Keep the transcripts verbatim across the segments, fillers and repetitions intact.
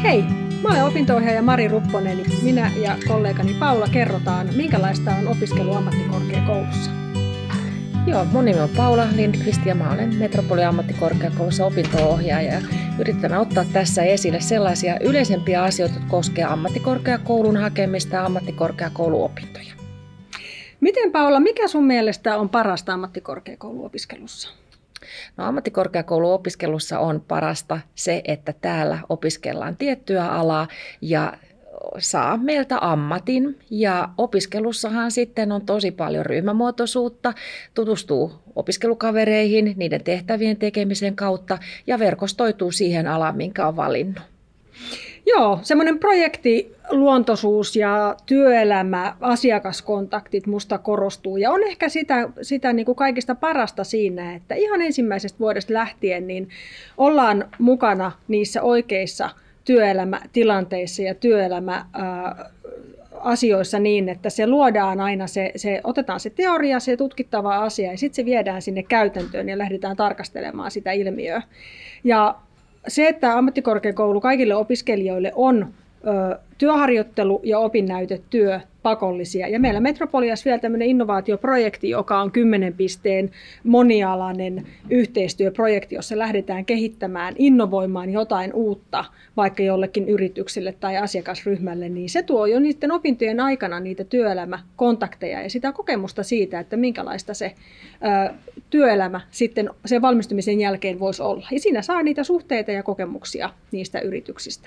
Hei, mä olen opinto-ohjaaja Mari Rupponen. Minä ja kollegani Paula kerrotaan, minkälaista on opiskelu ammattikorkeakoulussa. Joo, mun nimi on Paula Lindqvist ja mä olen Metropoli-ammattikorkeakoulussa opinto-ohjaaja. Ja yritetään ottaa tässä esille sellaisia yleisempiä asioita, jotka koskevat ammattikorkeakoulun hakemista ja ammattikorkeakouluopintoja. Miten Paula, mikä sun mielestä on parasta ammattikorkeakouluopiskelussa? No, ammattikorkeakouluopiskelussa on parasta se, että täällä opiskellaan tiettyä alaa ja saa meiltä ammatin. Ja opiskelussahan sitten on tosi paljon ryhmämuotoisuutta, tutustuu opiskelukavereihin niiden tehtävien tekemisen kautta ja verkostoituu siihen alaan, minkä on valinnut. Joo, semmoinen projektiluontoisuus ja työelämä, asiakaskontaktit musta korostuu ja on ehkä sitä, sitä niin kuin kaikista parasta siinä, että ihan ensimmäisestä vuodesta lähtien niin ollaan mukana niissä oikeissa työelämätilanteissa ja työelämäasioissa niin, että se luodaan aina, se, se, otetaan se teoria, se tutkittava asia ja sitten se viedään sinne käytäntöön ja lähdetään tarkastelemaan sitä ilmiöä. Ja se, että ammattikorkeakoulu kaikille opiskelijoille on ö, työharjoittelu ja opinnäytetyö pakollisia. Ja meillä Metropoliassa vielä tämmöinen innovaatioprojekti, joka on kymmenen pisteen monialainen yhteistyöprojekti, jossa lähdetään kehittämään, innovoimaan jotain uutta vaikka jollekin yritykselle tai asiakasryhmälle, niin se tuo jo niiden opintojen aikana niitä työelämäkontakteja ja sitä kokemusta siitä, että minkälaista se ö, työelämä sitten sen valmistumisen jälkeen voisi olla. Ja siinä saa niitä suhteita ja kokemuksia niistä yrityksistä.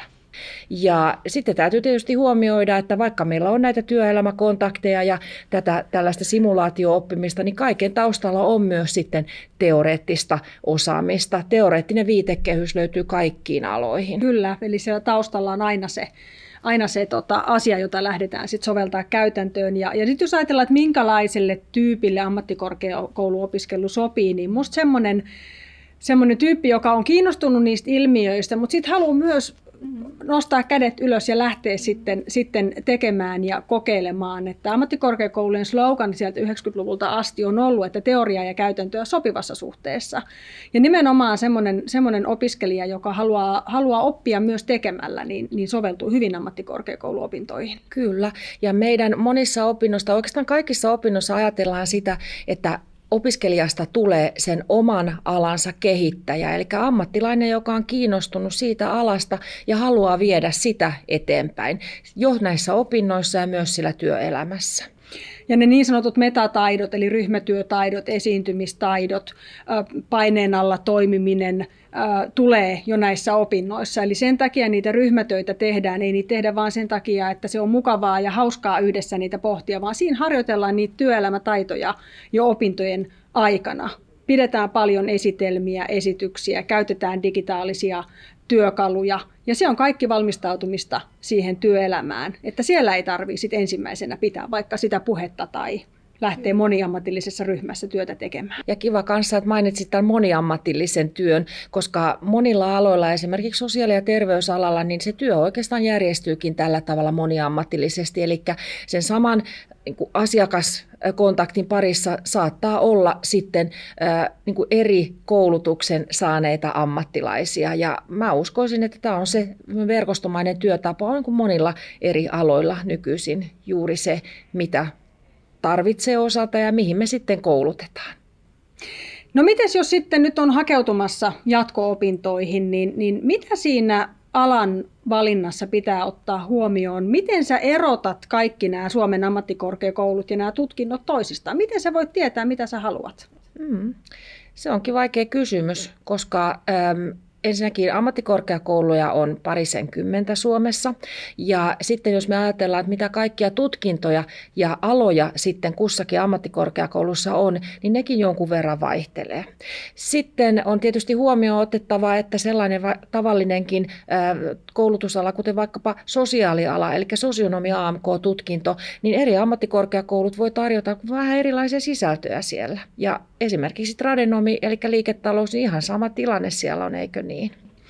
Ja sitten täytyy tietysti huomioida, että vaikka meillä on näitä työelämäkontakteja ja tätä tällaista simulaatio-oppimista, niin kaiken taustalla on myös sitten teoreettista osaamista. Teoreettinen viitekehys löytyy kaikkiin aloihin. Kyllä, eli siellä taustalla on aina se, aina se tota, asia, jota lähdetään sit soveltaa käytäntöön. Ja, ja sitten jos ajatellaan, että minkälaiselle tyypille ammattikorkeakouluopiskelu sopii, niin musta semmoinen semmoinen tyyppi, joka on kiinnostunut niistä ilmiöistä, mutta sitten haluaa myös nostaa kädet ylös ja lähteä sitten, sitten tekemään ja kokeilemaan. Että ammattikorkeakoulujen slogan sieltä yhdeksänkymmentäluvulta asti on ollut, että teoriaa ja käytäntöä sopivassa suhteessa. Ja nimenomaan semmoinen, semmoinen opiskelija, joka haluaa, haluaa oppia myös tekemällä, niin, niin soveltuu hyvin ammattikorkeakouluopintoihin. Kyllä, ja meidän monissa opinnoissa, oikeastaan kaikissa opinnoissa ajatellaan sitä, että opiskelijasta tulee sen oman alansa kehittäjä, eli ammattilainen, joka on kiinnostunut siitä alasta ja haluaa viedä sitä eteenpäin jo näissä opinnoissa ja myös sillä työelämässä. Ja ne niin sanotut metataidot, eli ryhmätyötaidot, esiintymistaidot, paineen alla toimiminen tulee jo näissä opinnoissa. Eli sen takia niitä ryhmätöitä tehdään, ei niitä tehdä vaan sen takia, että se on mukavaa ja hauskaa yhdessä niitä pohtia, vaan siinä harjoitellaan niitä työelämätaitoja jo opintojen aikana. Pidetään paljon esitelmiä, esityksiä, käytetään digitaalisia työkaluja ja se on kaikki valmistautumista siihen työelämään, että siellä ei tarvitse ensimmäisenä pitää vaikka sitä puhetta tai lähtee moniammatillisessa ryhmässä työtä tekemään. Ja kiva kanssa, että mainitsit tämän moniammatillisen työn, koska monilla aloilla, esimerkiksi sosiaali- ja terveysalalla, niin se työ oikeastaan järjestyykin tällä tavalla moniammatillisesti. Eli sen saman niin kuin asiakaskontaktin parissa saattaa olla sitten ää, niin kuin eri koulutuksen saaneita ammattilaisia. Ja mä uskoisin, että tämä on se verkostomainen työtapa on niin kuin monilla eri aloilla nykyisin juuri se, mitä tarvitsee osata ja mihin me sitten koulutetaan. No mites jos sitten nyt on hakeutumassa jatko-opintoihin, niin, niin mitä siinä alan valinnassa pitää ottaa huomioon? Miten sä erotat kaikki nämä Suomen ammattikorkeakoulut ja nämä tutkinnot toisistaan? Miten sä voit tietää, mitä sä haluat? Hmm. Se onkin vaikea kysymys, koska Ähm, ensinnäkin ammattikorkeakouluja on parisenkymmentä Suomessa ja sitten jos me ajatellaan, että mitä kaikkia tutkintoja ja aloja sitten kussakin ammattikorkeakoulussa on, niin nekin jonkun verran vaihtelee. Sitten on tietysti huomioon otettava, että sellainen tavallinenkin koulutusala, kuten vaikkapa sosiaaliala, eli sosionomia A M K-tutkinto, niin eri ammattikorkeakoulut voi tarjota vähän erilaisia sisältöjä siellä. Ja esimerkiksi tradenomi, eli liiketalous, niin ihan sama tilanne siellä on, eikö niin?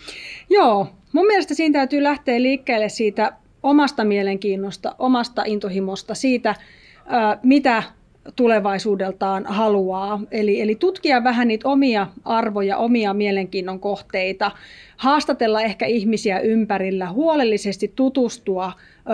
Joo, mun mielestä siinä täytyy lähteä liikkeelle siitä omasta mielenkiinnosta, omasta intohimosta, siitä mitä tulevaisuudeltaan haluaa. Eli, eli tutkia vähän niitä omia arvoja, omia mielenkiinnon kohteita, haastatella ehkä ihmisiä ympärillä, huolellisesti tutustua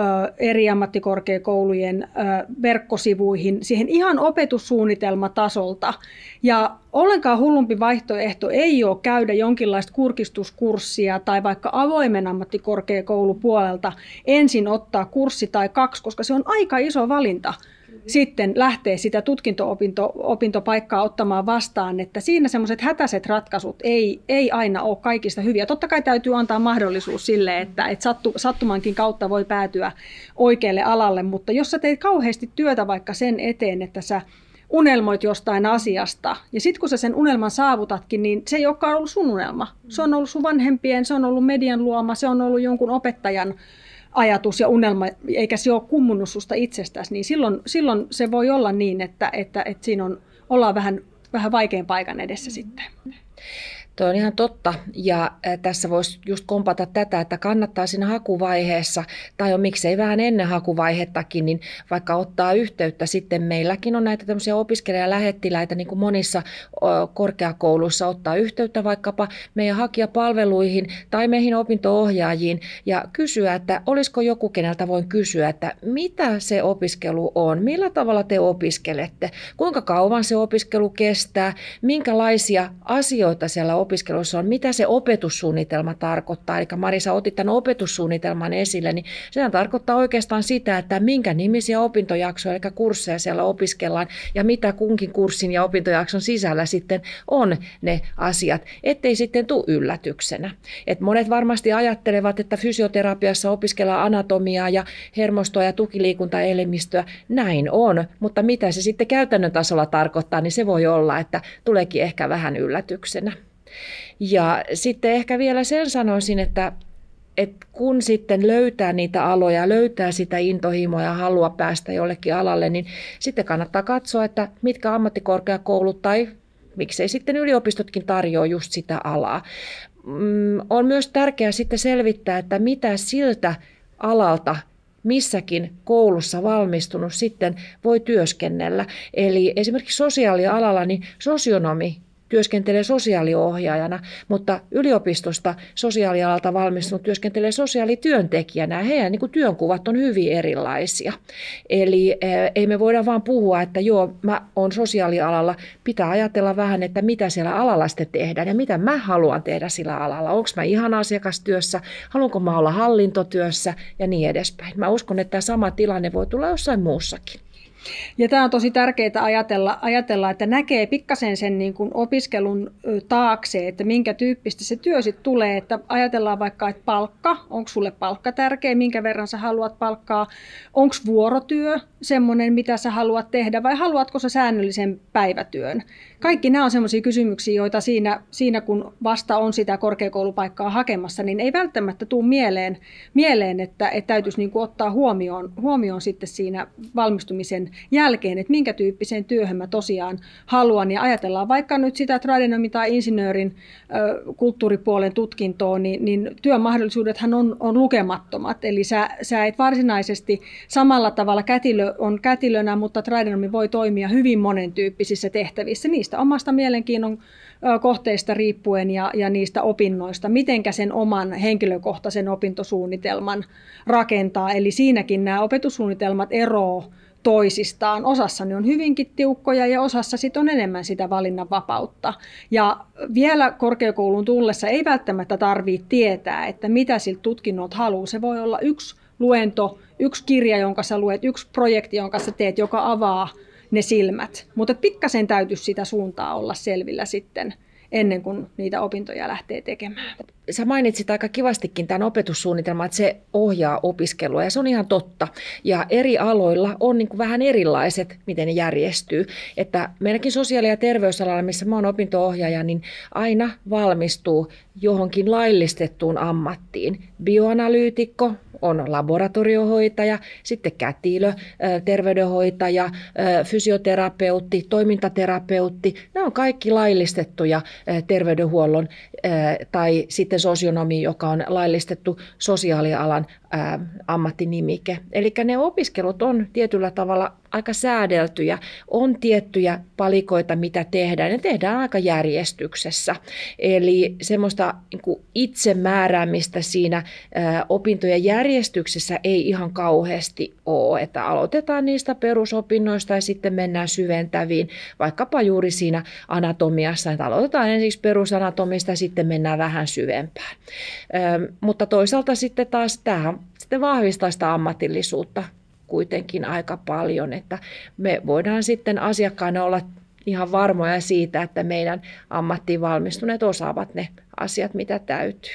eri ammattikorkeakoulujen verkkosivuihin siihen ihan opetussuunnitelmatasolta. Ja ollenkaan hullumpi vaihtoehto ei ole käydä jonkinlaista kurkistuskurssia tai vaikka avoimen ammattikorkeakoulupuolelta ensin ottaa kurssi tai kaksi, koska se on aika iso valinta. Sitten lähtee sitä tutkinto-opintopaikkaa ottamaan vastaan, että siinä semmoiset hätäiset ratkaisut ei, ei aina ole kaikista hyviä. Totta kai täytyy antaa mahdollisuus sille, että, että sattu, sattumankin kautta voi päätyä oikealle alalle, mutta jos sä teet kauheasti työtä vaikka sen eteen, että sä unelmoit jostain asiasta, ja sitten kun sä sen unelman saavutatkin, niin se ei olekaan ollut sun unelma. Se on ollut sun vanhempien, se on ollut median luoma, se on ollut jonkun opettajan ajatus ja unelma, eikä se ole kummunut susta itsestäsi, niin silloin, silloin se voi olla niin, että, että, että siinä on, ollaan vähän, vähän vaikean paikan edessä sitten. Tuo on ihan totta, ja tässä voisi just kompata tätä, että kannattaa siinä hakuvaiheessa, tai on miksei vähän ennen hakuvaihettakin, niin vaikka ottaa yhteyttä sitten, meilläkin on näitä tämmöisiä opiskelijalähettiläitä, niin kuin monissa korkeakouluissa ottaa yhteyttä vaikkapa meidän hakijapalveluihin tai meihin opinto-ohjaajiin, ja kysyä, että olisiko joku, keneltä voin kysyä, että mitä se opiskelu on, millä tavalla te opiskelette, kuinka kauan se opiskelu kestää, minkälaisia asioita siellä opiskelussa on, mitä se opetussuunnitelma tarkoittaa. Eli Marisa, otit tämän opetussuunnitelman esille, niin sehän tarkoittaa oikeastaan sitä, että minkä nimisiä opintojaksoja, eli kursseja siellä opiskellaan, ja mitä kunkin kurssin ja opintojakson sisällä sitten on ne asiat, ettei sitten tule yllätyksenä. Et monet varmasti ajattelevat, että fysioterapiassa opiskellaan anatomiaa ja hermostoa ja tukiliikuntaelimistöä. Näin on, mutta mitä se sitten käytännön tasolla tarkoittaa, niin se voi olla, että tuleekin ehkä vähän yllätyksenä. Ja sitten ehkä vielä sen sanoisin, että, että kun sitten löytää niitä aloja, löytää sitä intohimoa ja halua päästä jollekin alalle, niin sitten kannattaa katsoa, että mitkä ammattikorkeakoulut tai miksei sitten yliopistotkin tarjoaa just sitä alaa. On myös tärkeää sitten selvittää, että mitä siltä alalta missäkin koulussa valmistunut sitten voi työskennellä. Eli esimerkiksi sosiaalialalla niin sosionomi työskentelee sosiaaliohjaajana, mutta yliopistosta sosiaalialalta valmistunut työskentelee sosiaalityöntekijänä. Heidän niin kuin työnkuvat on hyvin erilaisia. Eli ei me voida vaan puhua, että joo, mä oon sosiaalialalla. Pitää ajatella vähän, että mitä siellä alalla sitten tehdään ja mitä mä haluan tehdä sillä alalla. Onko mä ihan asiakastyössä, haluanko mä olla hallintotyössä ja niin edespäin. Mä uskon, että tämä sama tilanne voi tulla jossain muussakin. Ja tämä on tosi tärkeää ajatella, ajatella että näkee pikkasen sen niin kuin opiskelun taakse, että minkä tyyppistä se työ sitten tulee. Että ajatellaan vaikka, että palkka, onko sulle palkka tärkeä, minkä verran sä haluat palkkaa, onko vuorotyö semmoinen, mitä sä haluat tehdä vai haluatko sä säännöllisen päivätyön. Kaikki nämä on semmoisia kysymyksiä, joita siinä, siinä kun vasta on sitä korkeakoulupaikkaa hakemassa, niin ei välttämättä tule mieleen, mieleen että, että täytyisi niin kuin ottaa huomioon, huomioon sitten siinä valmistumisen jälkeen, että minkä tyyppiseen työhön mä tosiaan haluan. Ja ajatellaan vaikka nyt sitä tradenomi- tai insinöörin ö, kulttuuripuolen tutkintoa, niin, niin työmahdollisuudethan on, on lukemattomat. Eli sä, sä et varsinaisesti samalla tavalla kätilö on kätilönä, mutta tradenomi voi toimia hyvin monen tyyppisissä tehtävissä. Niistä omasta mielenkiinnon kohteista riippuen ja, ja niistä opinnoista, mitenkä sen oman henkilökohtaisen opintosuunnitelman rakentaa. Eli siinäkin nämä opetussuunnitelmat eroavat toisistaan. Osassa ne on hyvinkin tiukkoja ja osassa sit on enemmän sitä valinnanvapautta. Ja vielä korkeakouluun tullessa ei välttämättä tarvitse tietää, että mitä siltä tutkinnot haluaa. Se voi olla yksi luento, yksi kirja, jonka sä luet, yksi projekti, jonka sä teet, joka avaa ne silmät. Mutta pikkasen täytyisi sitä suuntaa olla selvillä sitten ennen kuin niitä opintoja lähtee tekemään. Sä mainitsit aika kivastikin tämän opetussuunnitelman, että se ohjaa opiskelua ja se on ihan totta. Ja eri aloilla on niin kuin vähän erilaiset, miten ne järjestyy. Että meilläkin sosiaali- ja terveysalalla, missä mä oon opinto-ohjaaja, niin aina valmistuu johonkin laillistettuun ammattiin. Bioanalyytikko on laboratoriohoitaja, sitten kätilö, terveydenhoitaja, fysioterapeutti, toimintaterapeutti. Nämä on kaikki laillistettuja terveydenhuollon tai sitten sosionomi, joka on laillistettu sosiaalialan ää, ammattinimike. Eli ne opiskelut on tietyllä tavalla aika säädeltyjä, on tiettyjä palikoita, mitä tehdään, ne tehdään aika järjestyksessä. Eli semmoista niin kuin itsemääräämistä siinä ää, opintojen järjestyksessä ei ihan kauheasti ole, että aloitetaan niistä perusopinnoista ja sitten mennään syventäviin, vaikkapa juuri siinä anatomiassa, että aloitetaan ensiksi perusanatomista ja sitten mennään vähän syvempään. Ää, mutta toisaalta sitten taas tähän sitten vahvistaa sitä ammatillisuutta kuitenkin aika paljon, että me voidaan sitten asiakkaana olla ihan varmoja siitä, että meidän ammattiin valmistuneet osaavat ne asiat, mitä täytyy.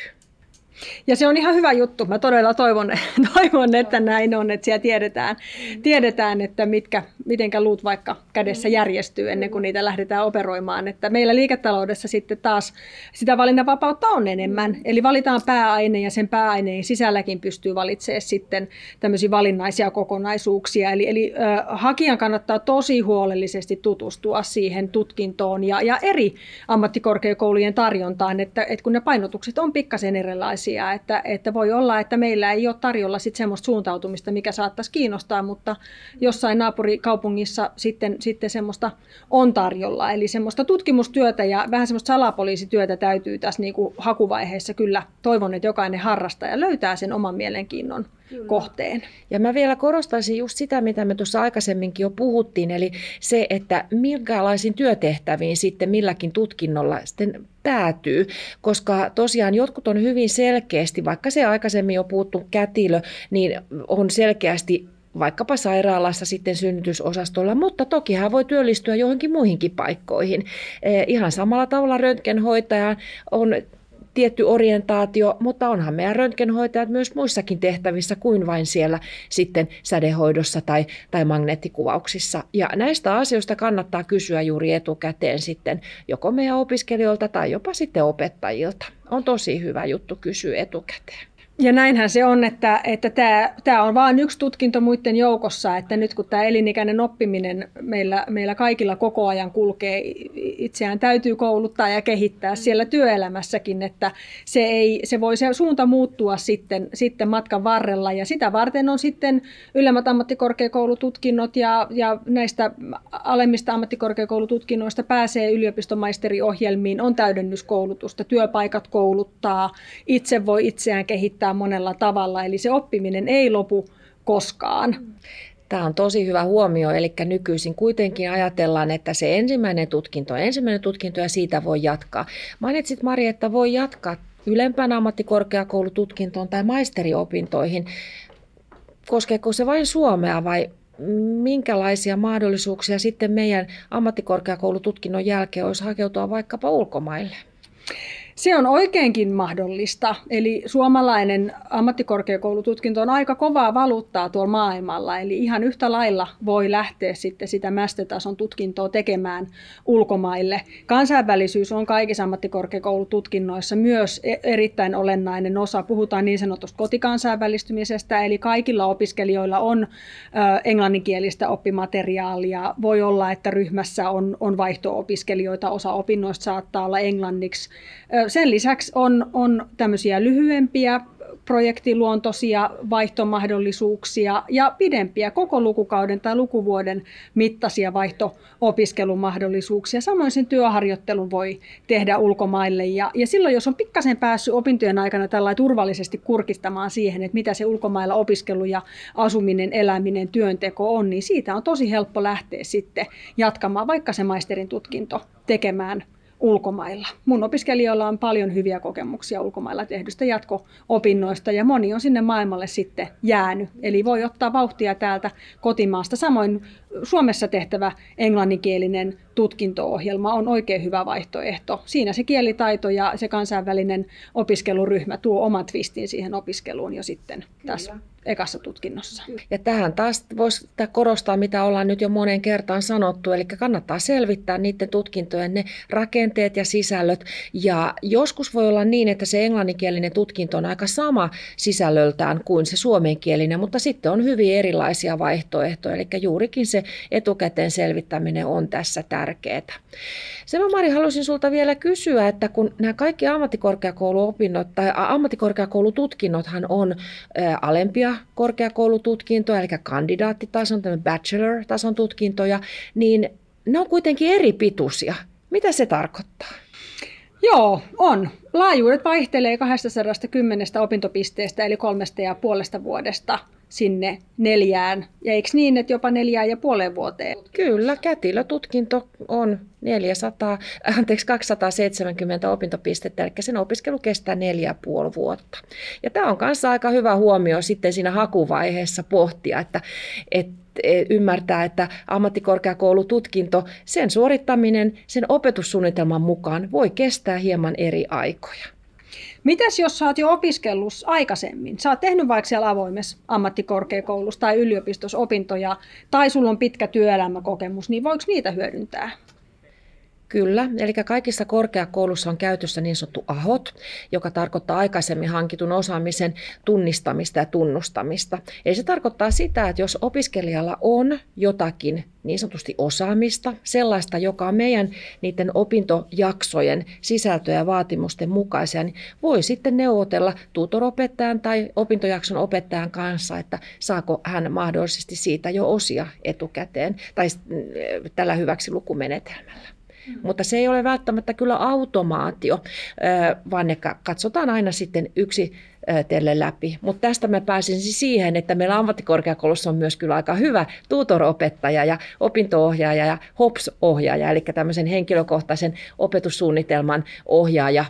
Ja se on ihan hyvä juttu. Mä todella toivon, toivon että näin on, että siellä tiedetään, tiedetään että mitkä, mitenkä luut vaikka kädessä järjestyy ennen kuin niitä lähdetään operoimaan. Että meillä liiketaloudessa sitten taas sitä valinnanvapautta on enemmän. Eli valitaan pääaine ja sen pääaineen sisälläkin pystyy valitsemaan sitten tämmöisiä valinnaisia kokonaisuuksia. Eli, eli äh, hakijan kannattaa tosi huolellisesti tutustua siihen tutkintoon ja, ja eri ammattikorkeakoulujen tarjontaan, että, että kun ne painotukset on pikkasen erilaisia. Että, että voi olla, että meillä ei ole tarjolla sit semmoista suuntautumista, mikä saattaisi kiinnostaa, mutta jossain naapurikaupungissa sitten, sitten semmoista on tarjolla. Eli semmoista tutkimustyötä ja vähän semmoista salapoliisityötä täytyy tässä niin kuin hakuvaiheessa kyllä. Toivon, että jokainen harrastaja löytää sen oman mielenkiinnon Kyllä. kohteen. Ja mä vielä korostaisin just sitä, mitä me tuossa aikaisemminkin jo puhuttiin, eli se, että minkälaisiin työtehtäviin sitten milläkin tutkinnolla sitten päätyy, koska tosiaan jotkut on hyvin selkeästi, vaikka se aikaisemmin jo puhuttu kätilö, niin on selkeästi vaikkapa sairaalassa sitten synnytysosastolla, mutta toki hän voi työllistyä johonkin muihinkin paikkoihin. Ihan samalla tavalla röntgenhoitaja on tietty orientaatio, mutta onhan meidän röntgenhoitajat myös muissakin tehtävissä kuin vain siellä sitten sädehoidossa tai, tai magneettikuvauksissa. Ja näistä asioista kannattaa kysyä juuri etukäteen sitten joko meidän opiskelijoilta tai jopa sitten opettajilta. On tosi hyvä juttu kysyä etukäteen. Ja näinhän se on, että, että tämä, tämä on vain yksi tutkinto muiden joukossa, että nyt kun tämä elinikäinen oppiminen meillä, meillä kaikilla koko ajan kulkee, itseään täytyy kouluttaa ja kehittää siellä työelämässäkin, että se, ei, se voi se suunta muuttua sitten, sitten matkan varrella ja sitä varten on sitten ylemmät ammattikorkeakoulututkinnot ja, ja näistä alemmista ammattikorkeakoulututkinnoista pääsee yliopistomaisteriohjelmiin, on täydennyskoulutusta, työpaikat kouluttaa, itse voi itseään kehittää monella tavalla, eli se oppiminen ei lopu koskaan. Tämä on tosi hyvä huomio, eli nykyisin kuitenkin ajatellaan, että se ensimmäinen tutkinto on ensimmäinen tutkinto ja siitä voi jatkaa. Mainitsit Mari, että voi jatkaa ylempään ammattikorkeakoulututkintoon tai maisteriopintoihin. Koskeeko se vain Suomea vai minkälaisia mahdollisuuksia sitten meidän ammattikorkeakoulututkinnon jälkeen olisi hakeutua vaikkapa ulkomaille? Se on oikeinkin mahdollista, eli suomalainen ammattikorkeakoulututkinto on aika kovaa valuuttaa tuolla maailmalla, eli ihan yhtä lailla voi lähteä sitten sitä mastertason tutkintoa tekemään ulkomaille. Kansainvälisyys on kaikissa ammattikorkeakoulututkinnoissa myös erittäin olennainen osa. Puhutaan niin sanotusta kotikansainvälistymisestä, eli kaikilla opiskelijoilla on englanninkielistä oppimateriaalia. Voi olla, että ryhmässä on, on vaihto-opiskelijoita, osa opinnoista saattaa olla englanniksi. Sen lisäksi on, on tämmöisiä lyhyempiä projektiluontoisia vaihtomahdollisuuksia ja pidempiä koko lukukauden tai lukuvuoden mittaisia vaihto-opiskelumahdollisuuksia. Samoin sen työharjoittelun voi tehdä ulkomaille ja, ja silloin, jos on pikkasen päässyt opintojen aikana tällainen turvallisesti kurkistamaan siihen, että mitä se ulkomailla opiskelu ja asuminen, eläminen, työnteko on, niin siitä on tosi helppo lähteä sitten jatkamaan vaikka se maisterin tutkinto tekemään ulkomailla. Mun opiskelijoilla on paljon hyviä kokemuksia ulkomailla tehdystä jatko-opinnoista ja moni on sinne maailmalle sitten jäänyt. Eli voi ottaa vauhtia täältä kotimaasta. Samoin Suomessa tehtävä englanninkielinen tutkinto-ohjelma on oikein hyvä vaihtoehto. Siinä se kielitaito ja se kansainvälinen opiskeluryhmä tuo oman twistin siihen opiskeluun jo sitten tässä ekassa tutkinnossa. Ja tähän taas voisi korostaa, mitä ollaan nyt jo moneen kertaan sanottu, eli kannattaa selvittää niiden tutkintojen ne rakenteet ja sisällöt. Ja joskus voi olla niin, että se englanninkielinen tutkinto on aika sama sisällöltään kuin se suomenkielinen, mutta sitten on hyvin erilaisia vaihtoehtoja, eli juurikin se etukäteen selvittäminen on tässä tärkeää. Sema Mari, haluaisin sulta vielä kysyä, että kun nämä kaikki ammattikorkeakouluopinnot tai ammattikorkeakoulututkinnothan on ä, alempia korkeakoulututkintoja, eli kandidaattitason, bachelor-tason tutkintoja, niin ne on kuitenkin eri pituisia. Mitä se tarkoittaa? Joo, on. Laajuudet vaihtelee kaksisataakymmentä opintopisteestä, eli kolmesta ja puolesta vuodesta sinne neljään. Ja eikö niin, että jopa neljään ja puoleen vuoteen? Kyllä, kätilötutkinto on neljäsataa, anteeksi, kaksisataaseitsemänkymmentä opintopistettä, eli sen opiskelu kestää neljä ja puoli vuotta. Ja tämä on kanssa aika hyvä huomio sitten siinä hakuvaiheessa pohtia, että, että ymmärtää, että ammattikorkeakoulututkinto, sen suorittaminen sen opetussuunnitelman mukaan voi kestää hieman eri aikoja. Mitäs jos sä oot jo opiskellut aikaisemmin? Sä oot tehnyt vaikka siellä avoimessa ammattikorkeakoulussa tai yliopistossa opintoja, tai sulla on pitkä työelämäkokemus, niin voiko niitä hyödyntää? Kyllä, eli kaikissa korkeakouluissa on käytössä niin sanottu A H O T, joka tarkoittaa aikaisemmin hankitun osaamisen tunnistamista ja tunnustamista. Eli se tarkoittaa sitä, että jos opiskelijalla on jotakin niin sanotusti osaamista, sellaista, joka on meidän niiden opintojaksojen sisältöjä ja vaatimusten mukaisia, niin voi sitten neuvotella tutoropettajan tai opintojakson opettajan kanssa, että saako hän mahdollisesti siitä jo osia etukäteen tai tällä hyväksi lukumenetelmällä. Mutta se ei ole välttämättä kyllä automaatio, vaan ne katsotaan aina sitten yksi teille läpi. Mutta tästä mä pääsin siihen, että meillä ammattikorkeakoulussa on myös kyllä aika hyvä tutoropettaja ja opinto-ohjaaja ja H O P S-ohjaaja, eli tämmöisen henkilökohtaisen opetussuunnitelman ohjaaja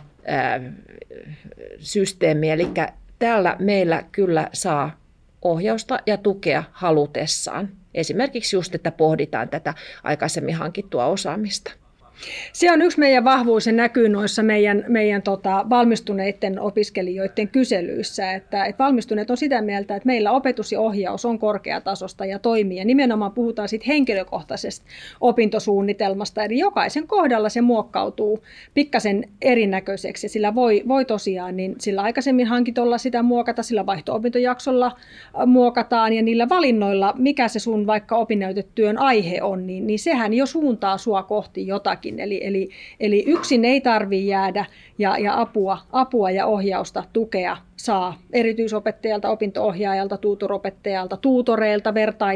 systeemi. Eli täällä meillä kyllä saa ohjausta ja tukea halutessaan. Esimerkiksi just, että pohditaan tätä aikaisemmin hankittua osaamista. Se on yksi meidän vahvuus, se näkyy noissa meidän, meidän tota, valmistuneiden opiskelijoiden kyselyissä, että, että valmistuneet on sitä mieltä, että meillä opetus ja ohjaus on korkeatasosta ja toimii. Ja nimenomaan puhutaan siitä henkilökohtaisesta opintosuunnitelmasta, eli jokaisen kohdalla se muokkautuu pikkasen erinäköiseksi. Sillä voi, voi tosiaan, niin sillä aikaisemmin hankitolla sitä muokata, sillä vaihto-opintojaksolla muokataan ja niillä valinnoilla, mikä se sun vaikka opinnäytetyön aihe on, niin, niin sehän jo suuntaa sua kohti jotakin. Eli, eli, eli yksin ei tarvitse jäädä ja, ja apua, apua ja ohjausta, tukea saa erityisopettajalta, opinto-ohjaajalta, tuutoropettajalta, tuutoreilta,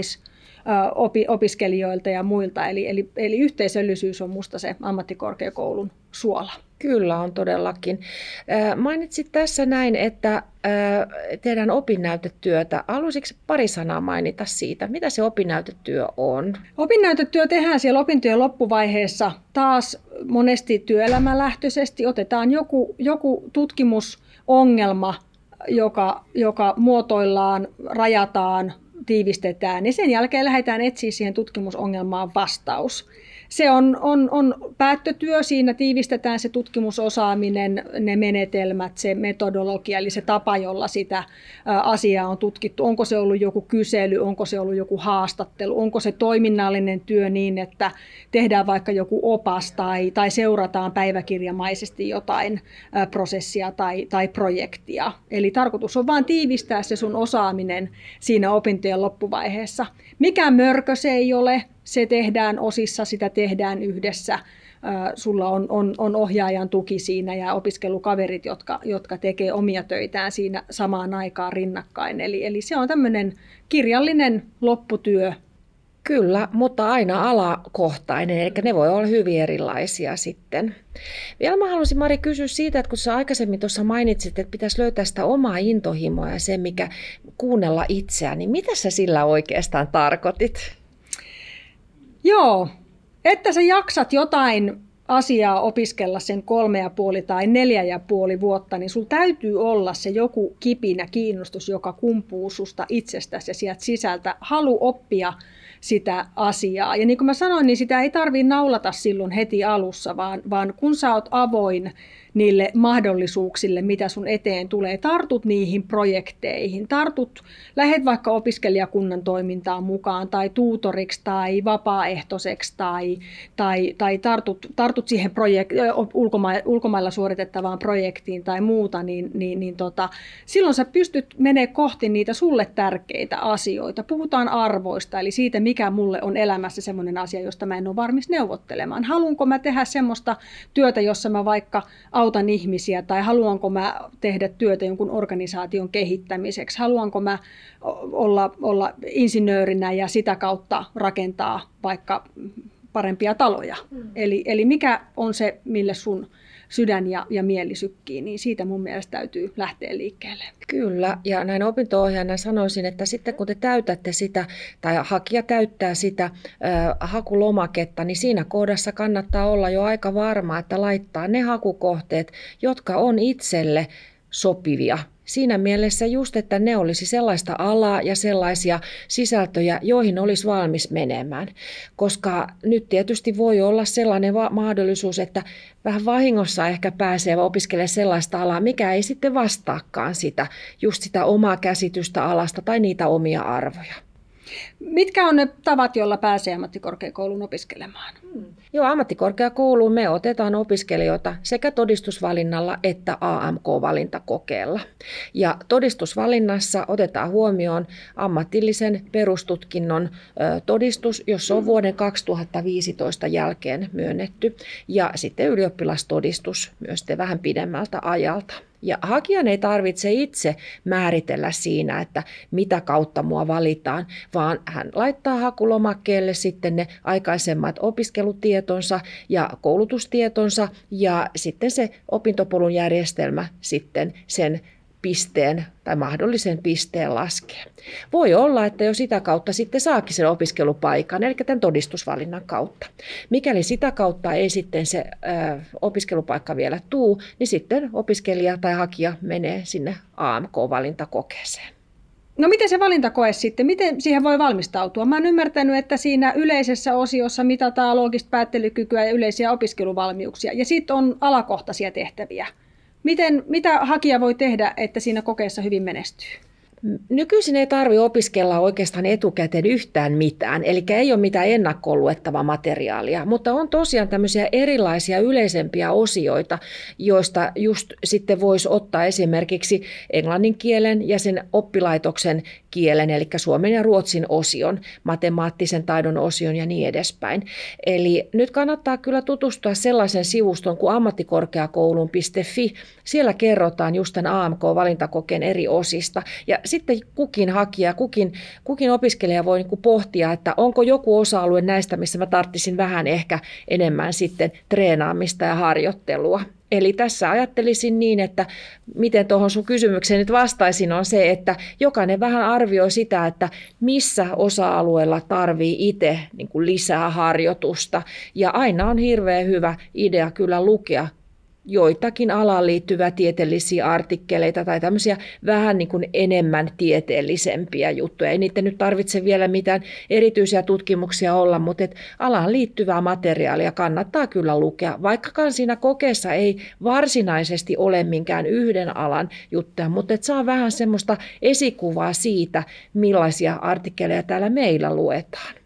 vertaisopiskelijoilta ja muilta. Eli, eli, eli yhteisöllisyys on musta se ammattikorkeakoulun suola. Kyllä on todellakin. Mainitsit tässä näin, että tehdään opinnäytetyötä. Haluaisitko pari sanaa mainita siitä? Mitä se opinnäytetyö on? Opinnäytetyö tehdään siellä opintojen loppuvaiheessa taas monesti työelämälähtöisesti. Otetaan joku, joku tutkimusongelma, joka, joka muotoillaan, rajataan, tiivistetään ja sen jälkeen lähdetään etsiä siihen tutkimusongelmaan vastaus. Se on, on, on päättötyö, siinä tiivistetään se tutkimusosaaminen, ne menetelmät, se metodologia, eli se tapa, jolla sitä asiaa on tutkittu. Onko se ollut joku kysely, onko se ollut joku haastattelu, onko se toiminnallinen työ niin, että tehdään vaikka joku opas tai, tai seurataan päiväkirjamaisesti jotain prosessia tai, tai projektia. Eli tarkoitus on vain tiivistää se sun osaaminen siinä opintojen loppuvaiheessa. Mikään mörkö se ei ole. Se tehdään osissa, sitä tehdään yhdessä. Sulla on, on, on ohjaajan tuki siinä ja opiskelukaverit, jotka, jotka tekee omia töitään siinä samaan aikaan rinnakkain. Eli, eli se on tämmöinen kirjallinen lopputyö. Kyllä, mutta aina alakohtainen, eli ne voi olla hyvin erilaisia sitten. Vielä mä haluaisin, Mari, kysyä siitä, että kun sä aikaisemmin tuossa mainitsit, että pitäisi löytää sitä omaa intohimoa ja se, mikä kuunnella itseään, niin mitä sä sillä oikeastaan tarkoitit? Joo, että sä jaksat jotain asiaa opiskella sen kolme ja puoli tai neljä ja puoli vuotta, niin sulla täytyy olla se joku kipinä kiinnostus, joka kumpuu susta itsestäsi ja sieltä sisältä halu oppia sitä asiaa. Ja niin kuin mä sanoin, niin sitä ei tarvitse naulata silloin heti alussa, vaan, vaan kun sä oot avoin niille mahdollisuuksille, mitä sun eteen tulee. Tartut niihin projekteihin, tartut, lähet vaikka opiskelijakunnan toimintaan mukaan tai tuutoriksi tai vapaaehtoiseksi tai, tai, tai tartut, tartut siihen projek- ulkoma- ulkomailla suoritettavaan projektiin tai muuta, niin, niin, niin tota, silloin sä pystyt menee kohti niitä sulle tärkeitä asioita. Puhutaan arvoista, eli siitä, mikä mulle on elämässä semmoinen asia, josta mä en ole valmis neuvottelemaan. Haluanko mä tehdä semmoista työtä, jossa mä vaikka autan ihmisiä, tai haluanko mä tehdä työtä jonkun organisaation kehittämiseksi? Haluanko mä olla, olla insinöörinä ja sitä kautta rakentaa vaikka parempia taloja? Mm. Eli, eli mikä on se, mille sun sydän ja, ja mieli sykkii, niin siitä mun mielestä täytyy lähteä liikkeelle. Kyllä, ja näin opinto-ohjaajana sanoisin, että sitten kun te täytätte sitä, tai hakija täyttää sitä äh, hakulomaketta, niin siinä kohdassa kannattaa olla jo aika varma, että laittaa ne hakukohteet, jotka on itselle sopivia. Siinä mielessä just, että ne olisi sellaista alaa ja sellaisia sisältöjä, joihin olisi valmis menemään. Koska nyt tietysti voi olla sellainen va- mahdollisuus, että vähän vahingossa ehkä pääsee opiskelemaan sellaista alaa, mikä ei sitten vastaakaan sitä, just sitä omaa käsitystä alasta tai niitä omia arvoja. Mitkä on ne tavat, joilla pääsee ammattikorkeakouluun opiskelemaan? Hmm. Joo, ammattikorkeakouluun me otetaan opiskelijoita sekä todistusvalinnalla että A M K-valintakokeella. Ja todistusvalinnassa otetaan huomioon ammatillisen perustutkinnon ö, todistus, jossa on vuoden kaksituhattaviisitoista jälkeen myönnetty, ja sitten ylioppilastodistus myös vähän pidemmältä ajalta. Ja hakijan ei tarvitse itse määritellä siinä, että mitä kautta mua valitaan, vaan hän laittaa hakulomakkeelle sitten ne aikaisemmat opiskelutietonsa ja koulutustietonsa ja sitten se opintopolun järjestelmä sitten sen pisteen tai mahdollisen pisteen laskee. Voi olla, että jo sitä kautta sitten saakin sen opiskelupaikan, eli tämän todistusvalinnan kautta. Mikäli sitä kautta ei sitten se ö, opiskelupaikka vielä tuu, niin sitten opiskelija tai hakija menee sinne A M K-valintakokeeseen. No miten se valintakoe sitten, miten siihen voi valmistautua? Mä oon ymmärtänyt, että siinä yleisessä osiossa mitataan loogista päättelykykyä ja yleisiä opiskeluvalmiuksia, ja sitten on alakohtaisia tehtäviä. Miten, mitä hakija voi tehdä, että siinä kokeessa hyvin menestyy? Nykyisin ei tarvitse opiskella oikeastaan etukäteen yhtään mitään, eli ei ole mitään ennakkoon luettavaa materiaalia, mutta on tosiaan tämmöisiä erilaisia yleisempiä osioita, joista just sitten voisi ottaa esimerkiksi englannin kielen ja sen oppilaitoksen kielen, eli suomen ja ruotsin osion, matemaattisen taidon osion ja niin edespäin. Eli nyt kannattaa kyllä tutustua sellaisen sivuston kuin ammattikorkeakoulun piste fi. Siellä kerrotaan just tämän A M K-valintakokeen eri osista. Ja sitten kukin hakija, kukin, kukin opiskelija voi niin kuin pohtia, että onko joku osa-alue näistä, missä mä tarttisin vähän ehkä enemmän sitten treenaamista ja harjoittelua. Eli tässä ajattelisin niin, että miten tuohon sun kysymykseen nyt vastaisin on se, että jokainen vähän arvioi sitä, että missä osa-alueella tarvii itse niin kuin lisää harjoitusta. Ja aina on hirveän hyvä idea kyllä lukea joitakin alaan liittyviä tieteellisiä artikkeleita tai tämmöisiä vähän niin kuin enemmän tieteellisempiä juttuja. Ei niiden nyt tarvitse vielä mitään erityisiä tutkimuksia olla, mutta et alaan liittyvää materiaalia kannattaa kyllä lukea, vaikkakaan siinä kokeessa ei varsinaisesti ole minkään yhden alan juttuja, mutta et saa vähän semmoista esikuvaa siitä, millaisia artikkeleja täällä meillä luetaan.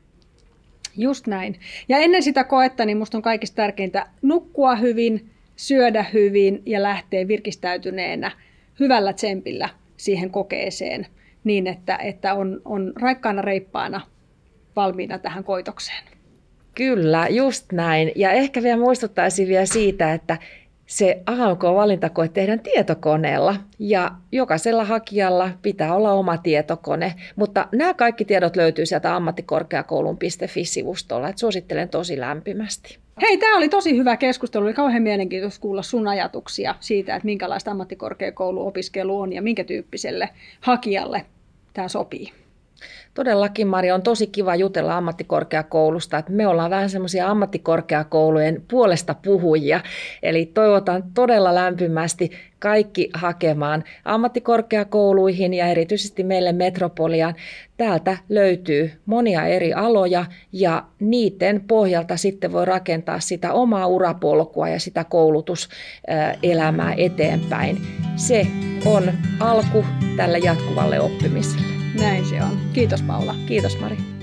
Just näin. Ja ennen sitä koetta niin musta on kaikista tärkeintä nukkua hyvin, syödä hyvin ja lähteä virkistäytyneenä hyvällä tsempillä siihen kokeeseen niin, että, että on, on raikkaana reippaana valmiina tähän koitokseen. Kyllä, just näin. Ja ehkä vielä muistuttaisin vielä siitä, että se A M K-valintakoe tehdään tietokoneella ja jokaisella hakijalla pitää olla oma tietokone, mutta nämä kaikki tiedot löytyy sieltä ammattikorkeakoulun piste fi-sivustolla, että suosittelen tosi lämpimästi. Hei, tämä oli tosi hyvä keskustelu. Oli kauhean mielenkiintoista kuulla sun ajatuksia siitä, että minkälaista ammattikorkeakouluopiskelu on ja minkä tyyppiselle hakijalle tämä sopii. Todellakin, Mari, on tosi kiva jutella ammattikorkeakoulusta, että me ollaan vähän semmoisia ammattikorkeakoulujen puolesta puhujia, eli toivotan todella lämpimästi kaikki hakemaan ammattikorkeakouluihin ja erityisesti meille Metropoliaan. Täältä löytyy monia eri aloja ja niiden pohjalta sitten voi rakentaa sitä omaa urapolkua ja sitä koulutuselämää eteenpäin. Se on alku tälle jatkuvalle oppimiselle. Näin se on. Kiitos Paula. Kiitos Mari.